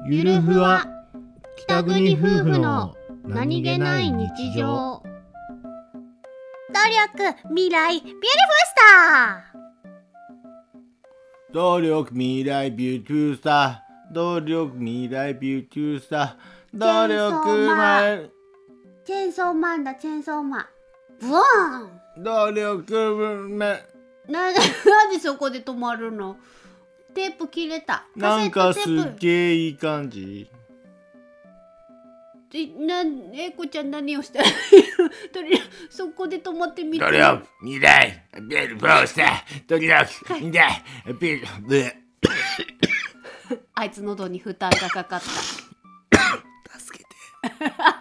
ゆるふわ北国夫婦の何気ない日常。 努力未来ビューティフルスター。 努力未来ビューティフルスター。努力未来ビューティフルスター。努力前チェーンソーマンだ、チェーンソーマン。ブワーン。 努力前なんでそこで止まるの？テープ切れた。 なんかすっげえいい感じ。 えこちゃん何をしたらいいの？とりあえずそこで止まってみて。 努力未来ビューティフルスター。努力未来ビューティフル。 あいつ喉に負担がかかった。 助けて。